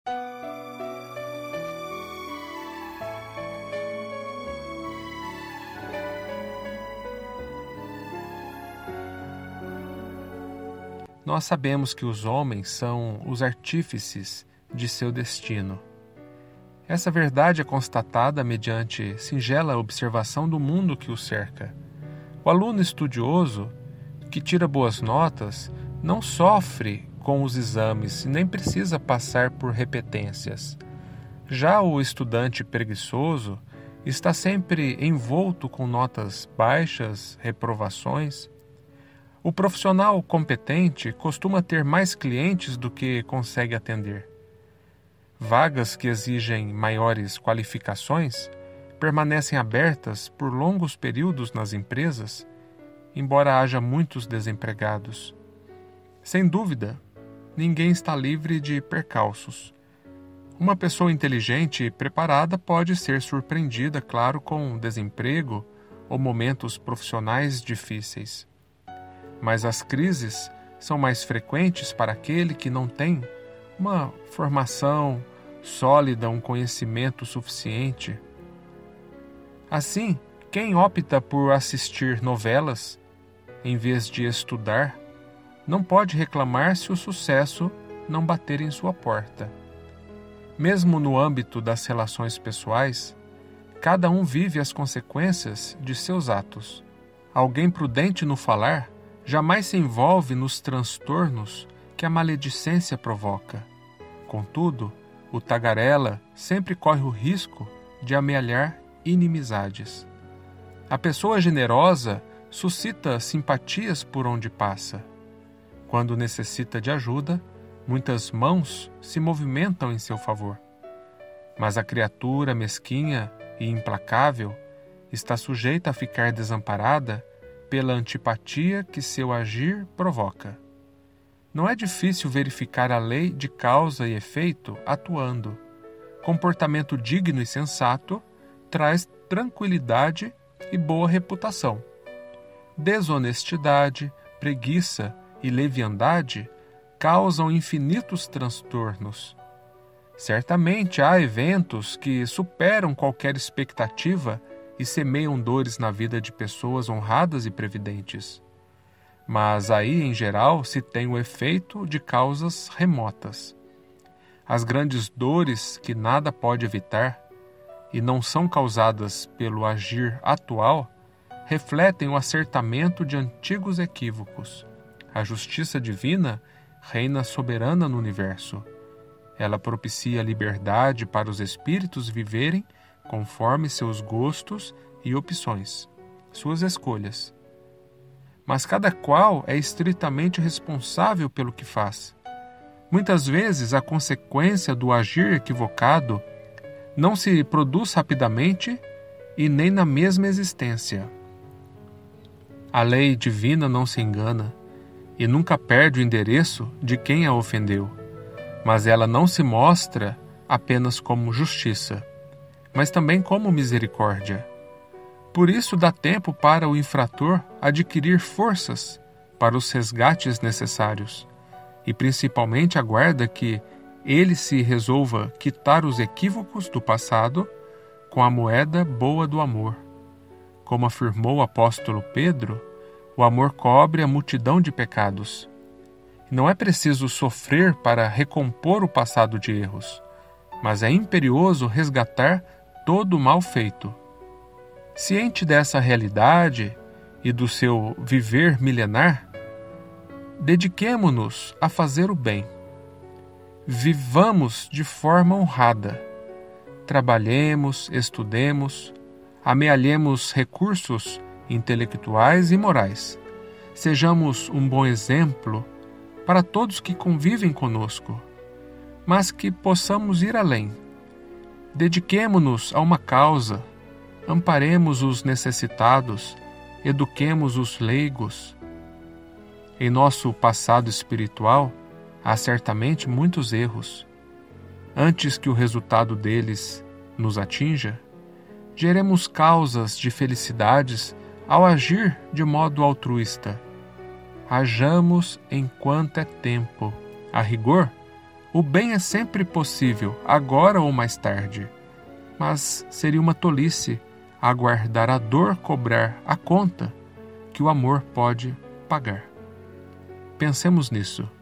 Nós sabemos que os homens são os artífices de seu destino. Essa verdade é constatada mediante singela observação do mundo que o cerca. O aluno estudioso, que tira boas notas, não sofre com os exames e nem precisa passar por repetências. Já o estudante preguiçoso está sempre envolto com notas baixas, reprovações. O profissional competente costuma ter mais clientes do que consegue atender. Vagas que exigem maiores qualificações permanecem abertas por longos períodos nas empresas, embora haja muitos desempregados. Sem dúvida, ninguém está livre de percalços. Uma pessoa inteligente e preparada pode ser surpreendida, claro, com desemprego ou momentos profissionais difíceis. Mas as crises são mais frequentes para aquele que não tem uma formação sólida, um conhecimento suficiente. Assim, quem opta por assistir novelas em vez de estudar, não pode reclamar se o sucesso não bater em sua porta. Mesmo no âmbito das relações pessoais, cada um vive as consequências de seus atos. Alguém prudente no falar jamais se envolve nos transtornos que a maledicência provoca. Contudo, o tagarela sempre corre o risco de amealhar inimizades. A pessoa generosa suscita simpatias por onde passa. Quando necessita de ajuda, muitas mãos se movimentam em seu favor. Mas a criatura mesquinha e implacável está sujeita a ficar desamparada pela antipatia que seu agir provoca. Não é difícil verificar a lei de causa e efeito atuando. Comportamento digno e sensato traz tranquilidade e boa reputação. Desonestidade, preguiça e leviandade causam infinitos transtornos. Certamente há eventos que superam qualquer expectativa e semeiam dores na vida de pessoas honradas e previdentes. Mas aí, em geral, se tem o efeito de causas remotas. As grandes dores que nada pode evitar e não são causadas pelo agir atual, refletem o acertamento de antigos equívocos. A justiça divina reina soberana no universo. Ela propicia a liberdade para os espíritos viverem conforme seus gostos e opções, suas escolhas. Mas cada qual é estritamente responsável pelo que faz. Muitas vezes a consequência do agir equivocado não se produz rapidamente e nem na mesma existência. A lei divina não se engana e nunca perde o endereço de quem a ofendeu, mas ela não se mostra apenas como justiça, mas também como misericórdia. Por isso dá tempo para o infrator adquirir forças para os resgates necessários, e principalmente aguarda que ele se resolva quitar os equívocos do passado com a moeda boa do amor. Como afirmou o apóstolo Pedro, o amor cobre a multidão de pecados. Não é preciso sofrer para recompor o passado de erros, mas é imperioso resgatar todo o mal feito. Ciente dessa realidade e do seu viver milenar, dediquemo-nos a fazer o bem. Vivamos de forma honrada. Trabalhemos, estudemos, amealhemos recursos intelectuais e morais. Sejamos um bom exemplo para todos que convivem conosco, mas que possamos ir além. Dediquemo-nos a uma causa, amparemos os necessitados, eduquemos os leigos. Em nosso passado espiritual, há certamente muitos erros. Antes que o resultado deles nos atinja, geremos causas de felicidades ao agir de modo altruísta. Hajamos enquanto é tempo. A rigor, O bem é sempre possível, agora ou mais tarde, mas seria uma tolice aguardar a dor cobrar a conta que o amor pode pagar. Pensemos nisso.